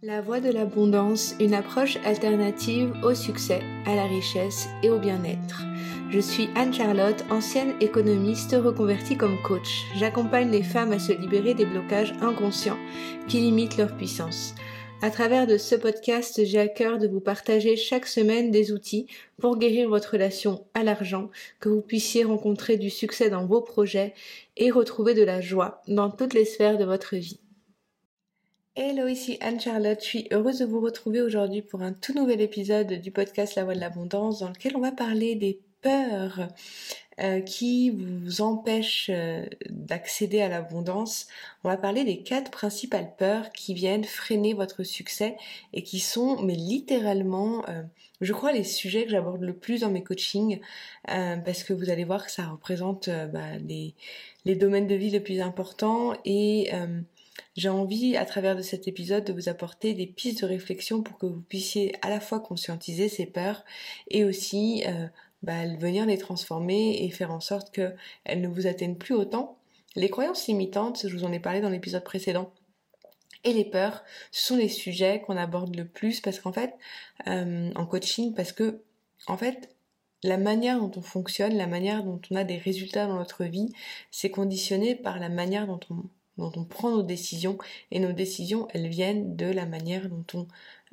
La voie de l'abondance, une approche alternative au succès, à la richesse et au bien-être. Je suis Anne-Charlotte, ancienne économiste reconvertie comme coach. J'accompagne les femmes à se libérer des blocages inconscients qui limitent leur puissance. À travers de ce podcast, j'ai à cœur de vous partager chaque semaine des outils pour guérir votre relation à l'argent, que vous puissiez rencontrer du succès dans vos projets et retrouver de la joie dans toutes les sphères de votre vie. Hello, ici Anne-Charlotte, je suis heureuse de vous retrouver aujourd'hui pour un tout nouvel épisode du podcast La Voie de l'Abondance dans lequel on va parler des peurs qui vous empêchent d'accéder à l'abondance. On va parler des 4 principales peurs qui viennent freiner votre succès et qui sont, mais littéralement, je crois, les sujets que j'aborde le plus dans mes coachings parce que vous allez voir que ça représente les domaines de vie les plus importants et j'ai envie, à travers de cet épisode, de vous apporter des pistes de réflexion pour que vous puissiez à la fois conscientiser ces peurs et aussi venir les transformer et faire en sorte qu'elles ne vous atteignent plus autant. Les croyances limitantes, je vous en ai parlé dans l'épisode précédent, et les peurs, ce sont les sujets qu'on aborde le plus parce qu'en fait, en coaching, parce que en fait, la manière dont on fonctionne, la manière dont on a des résultats dans notre vie, c'est conditionné par la manière dont on prend nos décisions, et nos décisions, elles viennent de la manière dont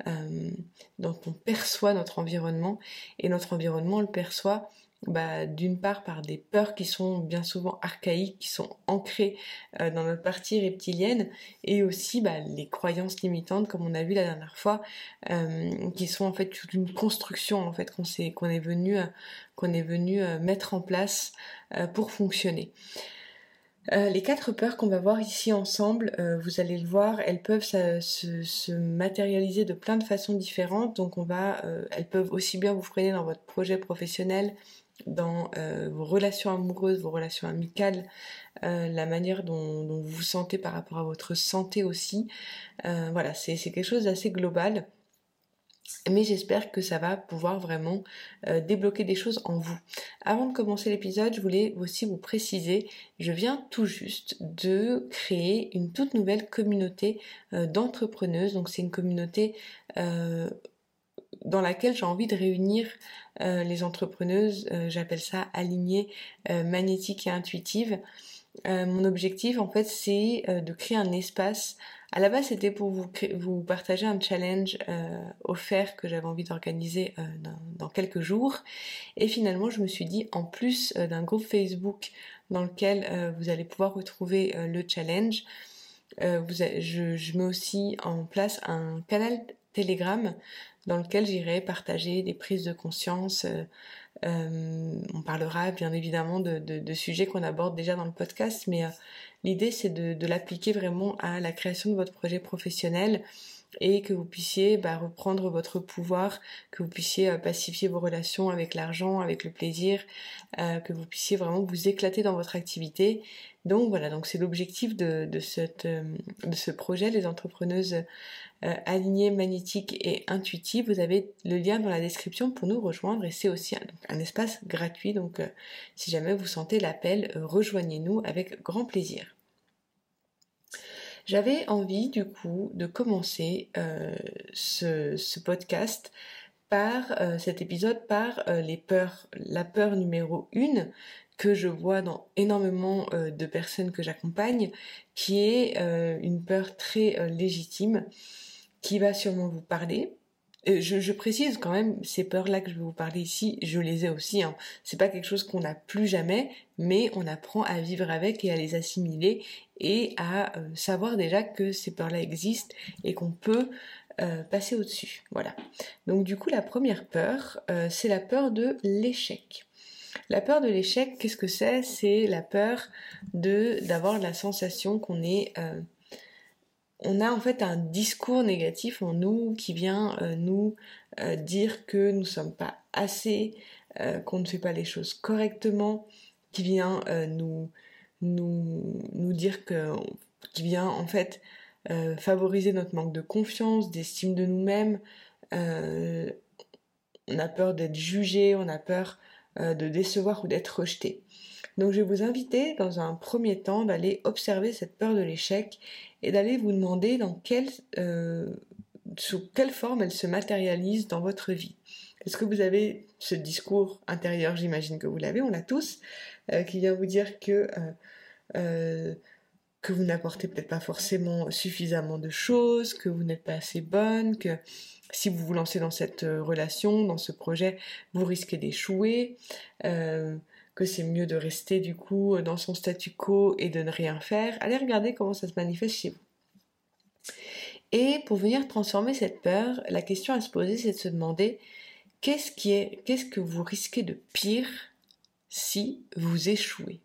on perçoit notre environnement, et notre environnement on le perçoit d'une part par des peurs qui sont bien souvent archaïques, qui sont ancrées dans notre partie reptilienne, et aussi les croyances limitantes, comme on a vu la dernière fois, qui sont en fait toute une construction en fait qu'on est venu mettre en place pour fonctionner. Les 4 peurs qu'on va voir ici ensemble, vous allez le voir, elles peuvent se matérialiser de plein de façons différentes. Donc elles peuvent aussi bien vous freiner dans votre projet professionnel, dans vos relations amoureuses, vos relations amicales, la manière dont vous vous sentez par rapport à votre santé aussi. Voilà, c'est quelque chose d'assez global. Mais j'espère que ça va pouvoir vraiment débloquer des choses en vous. Avant de commencer l'épisode, je voulais aussi vous préciser, je viens tout juste de créer une toute nouvelle communauté d'entrepreneuses. Donc c'est une communauté dans laquelle j'ai envie de réunir les entrepreneuses, j'appelle ça alignées, magnétiques et intuitives. Mon objectif en fait c'est de créer un espace. À la base c'était pour vous partager un challenge offert que j'avais envie d'organiser dans quelques jours, et finalement je me suis dit, en plus d'un groupe Facebook dans lequel vous allez pouvoir retrouver le challenge, je mets aussi en place un canal Telegram dans lequel j'irai partager des prises de conscience. On parlera bien évidemment de sujets qu'on aborde déjà dans le podcast, mais l'idée c'est de l'appliquer vraiment à la création de votre projet professionnel, et que vous puissiez reprendre votre pouvoir, que vous puissiez pacifier vos relations avec l'argent, avec le plaisir, que vous puissiez vraiment vous éclater dans votre activité. Donc voilà, donc c'est l'objectif de ce projet, les entrepreneuses alignées, magnétiques et intuitives. Vous avez le lien dans la description pour nous rejoindre, et c'est aussi un espace gratuit, donc si jamais vous sentez l'appel, rejoignez-nous avec grand plaisir. J'avais envie du coup de commencer ce podcast par cet épisode par les peurs. La peur numéro 1 que je vois dans énormément de personnes que j'accompagne, qui est une peur très légitime, qui va sûrement vous parler. Je précise quand même, ces peurs-là que je vais vous parler ici, je les ai aussi. C'est pas quelque chose qu'on n'a plus jamais, mais on apprend à vivre avec et à les assimiler, et à savoir déjà que ces peurs-là existent et qu'on peut passer au-dessus. Voilà. Donc du coup, la première peur, c'est la peur de l'échec. La peur de l'échec, qu'est-ce que c'est ? C'est la peur d'avoir la sensation qu'on est... on a en fait un discours négatif en nous qui vient nous dire que nous ne sommes pas assez, qu'on ne fait pas les choses correctement, qui vient nous dire qui vient en fait favoriser notre manque de confiance, d'estime de nous-mêmes. On a peur d'être jugé, on a peur de décevoir ou d'être rejeté. Donc je vais vous inviter dans un premier temps d'aller observer cette peur de l'échec, et d'aller vous demander sous quelle forme elle se matérialise dans votre vie? Est-ce que vous avez ce discours intérieur, j'imagine que vous l'avez, on l'a tous, qui vient vous dire que vous n'apportez peut-être pas forcément suffisamment de choses, que vous n'êtes pas assez bonne, que si vous vous lancez dans cette relation, dans ce projet, vous risquez d'échouer, que c'est mieux de rester du coup dans son statu quo et de ne rien faire. Allez regarder comment ça se manifeste chez vous. Et pour venir transformer cette peur, la question à se poser, c'est de se demander qu'est-ce que vous risquez de pire si vous échouez?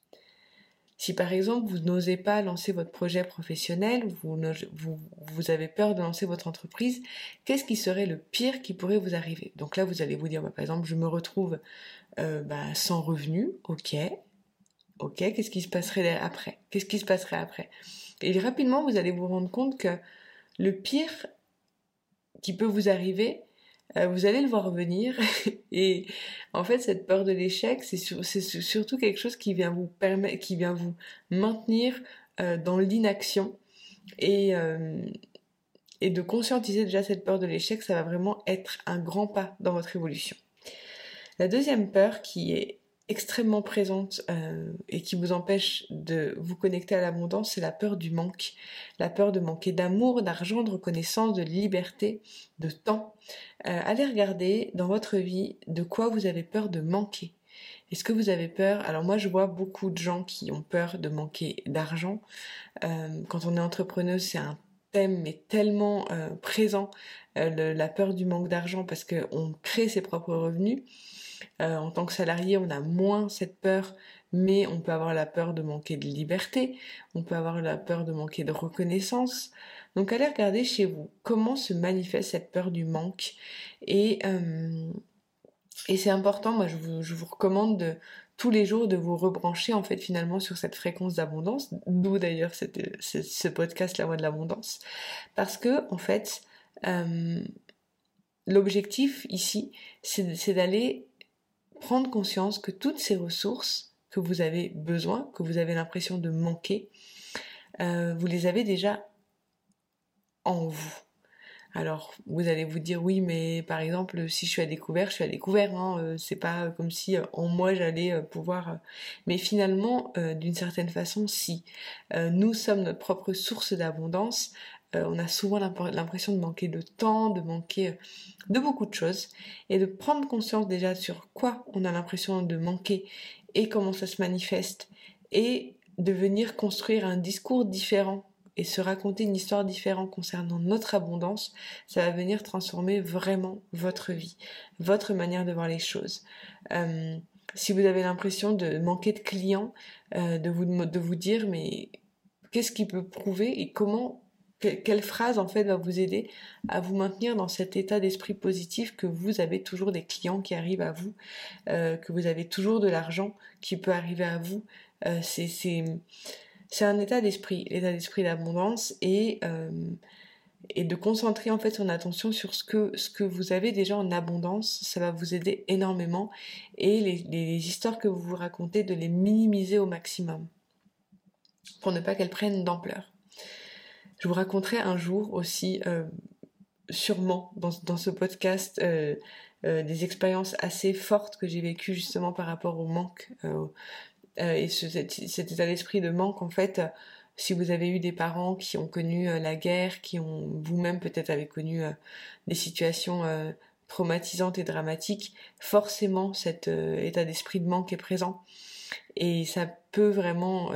Si par exemple vous n'osez pas lancer votre projet professionnel, vous avez peur de lancer votre entreprise, qu'est-ce qui serait le pire qui pourrait vous arriver? Donc là vous allez vous dire, par exemple je me retrouve sans revenus, ok, qu'est-ce qui se passerait après? Qu'est-ce qui se passerait après? Et rapidement vous allez vous rendre compte que le pire qui peut vous arriver, vous allez le voir venir et en fait cette peur de l'échec c'est surtout quelque chose qui vient vous maintenir dans l'inaction et de conscientiser déjà cette peur de l'échec, ça va vraiment être un grand pas dans votre évolution. La deuxième peur qui est extrêmement présente et qui vous empêche de vous connecter à l'abondance, c'est la peur du manque. La peur de manquer d'amour, d'argent, de reconnaissance, de liberté, de temps. Allez regarder dans votre vie de quoi vous avez peur de manquer. Est-ce que vous avez peur? Alors moi je vois beaucoup de gens qui ont peur de manquer d'argent. Quand on est entrepreneuse, c'est un thème mais tellement présent, la peur du manque d'argent parce qu'on crée ses propres revenus. En tant que salarié, on a moins cette peur, mais on peut avoir la peur de manquer de liberté, on peut avoir la peur de manquer de reconnaissance. Donc allez regarder chez vous comment se manifeste cette peur du manque. Et c'est important, moi je vous recommande tous les jours de vous rebrancher en fait finalement sur cette fréquence d'abondance, d'où d'ailleurs ce podcast La Voix de l'Abondance. Parce que en fait, l'objectif ici, c'est d'aller prendre conscience que toutes ces ressources que vous avez besoin, que vous avez l'impression de manquer, vous les avez déjà en vous. Alors, vous allez vous dire, oui, mais par exemple, si je suis à découvert, hein, c'est pas comme si en moi j'allais pouvoir... Mais finalement, d'une certaine façon, si. Nous sommes notre propre source d'abondance, on a souvent l'impression de manquer de temps, de manquer de beaucoup de choses, et de prendre conscience déjà sur quoi on a l'impression de manquer et comment ça se manifeste, et de venir construire un discours différent et se raconter une histoire différente concernant notre abondance, ça va venir transformer vraiment votre vie, votre manière de voir les choses. Si vous avez l'impression de manquer de clients, de vous dire mais qu'est-ce qui peut prouver et quelle phrase en fait va vous aider à vous maintenir dans cet état d'esprit positif que vous avez toujours des clients qui arrivent à vous, que vous avez toujours de l'argent qui peut arriver à vous. C'est un état d'esprit, l'état d'esprit d'abondance et de concentrer en fait son attention sur ce que vous avez déjà en abondance, ça va vous aider énormément et les histoires que vous vous racontez, de les minimiser au maximum pour ne pas qu'elles prennent d'ampleur. Je vous raconterai un jour aussi, sûrement dans ce podcast, des expériences assez fortes que j'ai vécues justement par rapport au manque et cet état d'esprit de manque en fait. Si vous avez eu des parents qui ont connu la guerre, qui ont vous-même peut-être avez connu des situations traumatisantes et dramatiques, forcément cet état d'esprit de manque est présent et ça peut vraiment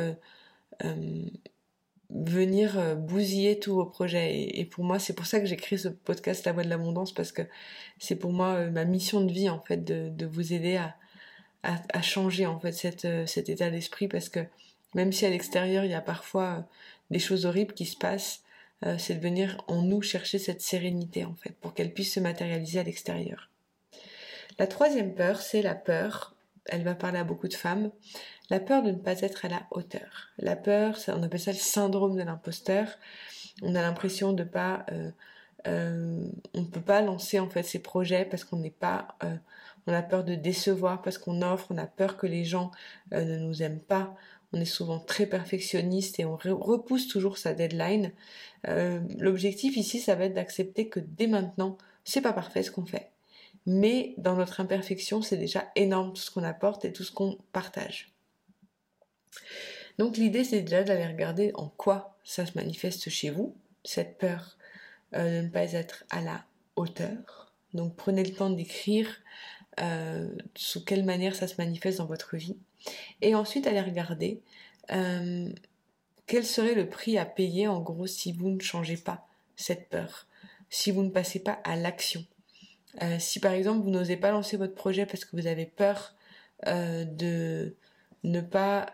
venir bousiller tous vos projets. Et pour moi, c'est pour ça que j'ai créé ce podcast La Voix de l'Abondance, parce que c'est pour moi ma mission de vie en fait de vous aider à changer en fait cet état d'esprit, parce que même si à l'extérieur il y a parfois des choses horribles qui se passent, c'est de venir en nous chercher cette sérénité en fait pour qu'elle puisse se matérialiser à l'extérieur. La troisième peur, c'est la peur, elle va parler à beaucoup de femmes, la peur de ne pas être à la hauteur. La peur, on appelle ça le syndrome de l'imposteur. On a l'impression de pas, on ne peut pas lancer en fait ses projets parce qu'on n'est pas, on a peur de décevoir parce qu'on offre, on a peur que les gens ne nous aiment pas, on est souvent très perfectionniste et on repousse toujours sa deadline. L'objectif ici, ça va être d'accepter que dès maintenant, c'est pas parfait ce qu'on fait. Mais dans notre imperfection, c'est déjà énorme tout ce qu'on apporte et tout ce qu'on partage. Donc l'idée, c'est déjà d'aller regarder en quoi ça se manifeste chez vous, cette peur de ne pas être à la hauteur. Donc prenez le temps d'écrire sous quelle manière ça se manifeste dans votre vie. Et ensuite, allez regarder quel serait le prix à payer, en gros, si vous ne changez pas cette peur, si vous ne passez pas à l'action. Si par exemple, vous n'osez pas lancer votre projet parce que vous avez peur de ne pas,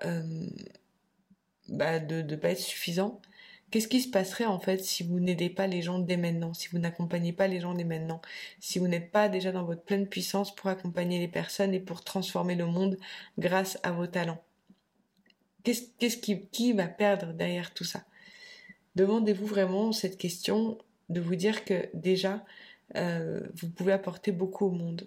de pas être suffisant, qu'est-ce qui se passerait en fait si vous n'aidez pas les gens dès maintenant, si vous n'accompagnez pas les gens dès maintenant, si vous n'êtes pas déjà dans votre pleine puissance pour accompagner les personnes et pour transformer le monde grâce à vos talents? Qui va perdre derrière tout ça? Demandez-vous vraiment cette question, de vous dire que déjà, vous pouvez apporter beaucoup au monde.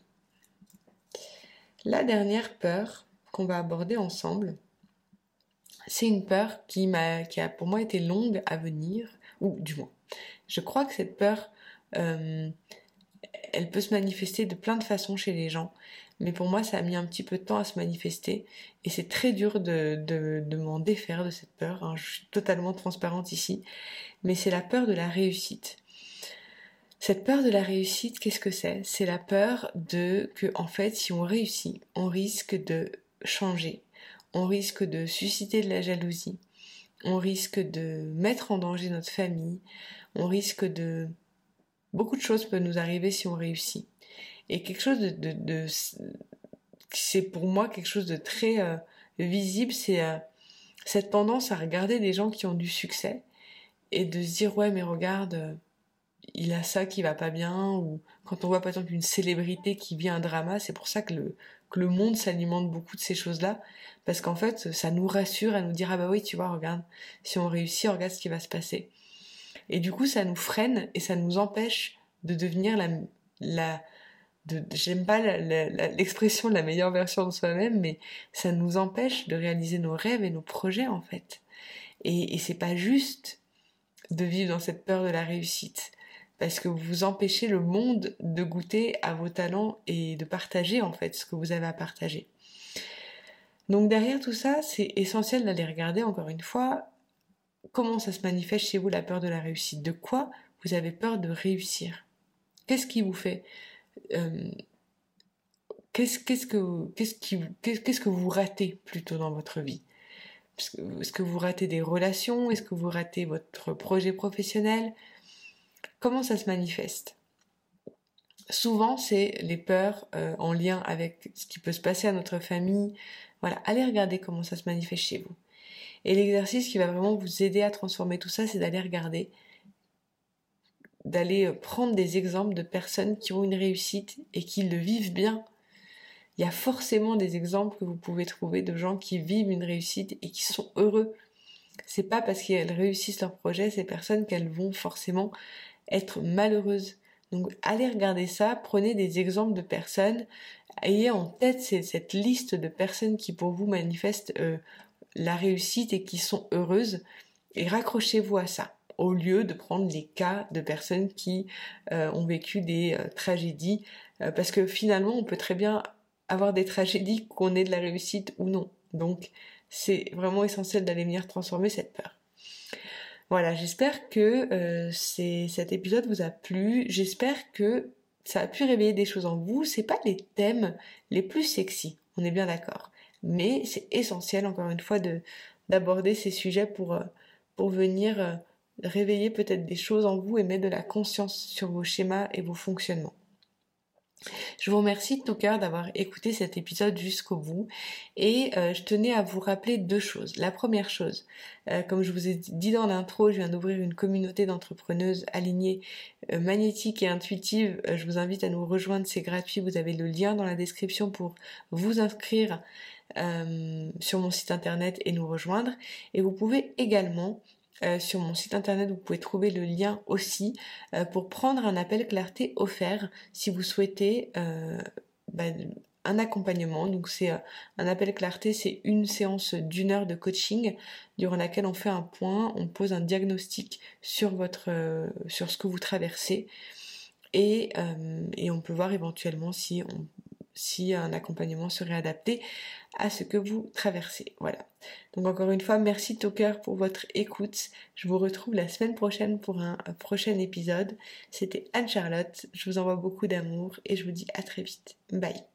La dernière peur qu'on va aborder ensemble, c'est une peur qui a pour moi été longue à venir, ou du moins, je crois que cette peur, elle peut se manifester de plein de façons chez les gens, mais pour moi ça a mis un petit peu de temps à se manifester, et c'est très dur de m'en défaire de cette peur, hein. Je suis totalement transparente ici, mais c'est la peur de la réussite. Cette peur de la réussite, qu'est-ce que c'est? C'est la peur que, en fait, si on réussit, on risque de changer, on risque de susciter de la jalousie, on risque de mettre en danger notre famille, on risque de... Beaucoup de choses peuvent nous arriver si on réussit. Et quelque chose c'est pour moi quelque chose de très visible, c'est cette tendance à regarder des gens qui ont du succès et de se dire, ouais, mais regarde... il a ça qui va pas bien, ou quand on voit par exemple une célébrité qui vit un drama, c'est pour ça que le monde s'alimente beaucoup de ces choses-là, parce qu'en fait, ça nous rassure à nous dire, ah bah oui, tu vois, regarde, si on réussit, regarde ce qui va se passer. Et du coup, ça nous freine et ça nous empêche de devenir j'aime pas l'expression de la meilleure version de soi-même, mais ça nous empêche de réaliser nos rêves et nos projets, en fait. Et c'est pas juste de vivre dans cette peur de la réussite, parce que vous empêchez le monde de goûter à vos talents et de partager en fait ce que vous avez à partager. Donc derrière tout ça, c'est essentiel d'aller regarder encore une fois comment ça se manifeste chez vous, la peur de la réussite. De quoi vous avez peur de réussir? Qu'est-ce qui vous fait qu'est-ce que vous ratez plutôt dans votre vie? Est-ce que vous ratez des relations? Est-ce que vous ratez votre projet professionnel? Comment ça se manifeste? Souvent, c'est les peurs en lien avec ce qui peut se passer à notre famille. Voilà, allez regarder comment ça se manifeste chez vous. Et l'exercice qui va vraiment vous aider à transformer tout ça, c'est d'aller regarder, d'aller prendre des exemples de personnes qui ont une réussite et qui le vivent bien. Il y a forcément des exemples que vous pouvez trouver de gens qui vivent une réussite et qui sont heureux. C'est pas parce qu'elles réussissent leur projet, ces personnes, qu'elles vont forcément être malheureuses. Donc allez regarder ça, prenez des exemples de personnes, ayez en tête cette liste de personnes qui pour vous manifestent la réussite et qui sont heureuses, et raccrochez-vous à ça, au lieu de prendre les cas de personnes qui ont vécu des tragédies, parce que finalement on peut très bien avoir des tragédies qu'on ait de la réussite ou non. Donc c'est vraiment essentiel d'aller venir transformer cette peur. Voilà, j'espère que cet épisode vous a plu, j'espère que ça a pu réveiller des choses en vous. C'est pas les thèmes les plus sexy, on est bien d'accord, mais c'est essentiel encore une fois d'aborder ces sujets pour venir réveiller peut-être des choses en vous et mettre de la conscience sur vos schémas et vos fonctionnements. Je vous remercie de tout cœur d'avoir écouté cet épisode jusqu'au bout, et je tenais à vous rappeler 2 choses. La première chose, comme je vous ai dit dans l'intro, je viens d'ouvrir une communauté d'entrepreneuses alignées, magnétiques et intuitives. Je vous invite à nous rejoindre, c'est gratuit, vous avez le lien dans la description pour vous inscrire sur mon site internet et nous rejoindre. Et vous pouvez également sur mon site internet, vous pouvez trouver le lien aussi pour prendre un appel clarté offert si vous souhaitez un accompagnement. Donc c'est un appel clarté, c'est une séance d'1 heure de coaching durant laquelle on fait un point, on pose un diagnostic sur sur ce que vous traversez et on peut voir éventuellement si un accompagnement serait adapté à ce que vous traversez. Voilà. Donc encore une fois, merci de tout cœur pour votre écoute. Je vous retrouve la semaine prochaine pour un prochain épisode. C'était Anne-Charlotte. Je vous envoie beaucoup d'amour et je vous dis à très vite. Bye.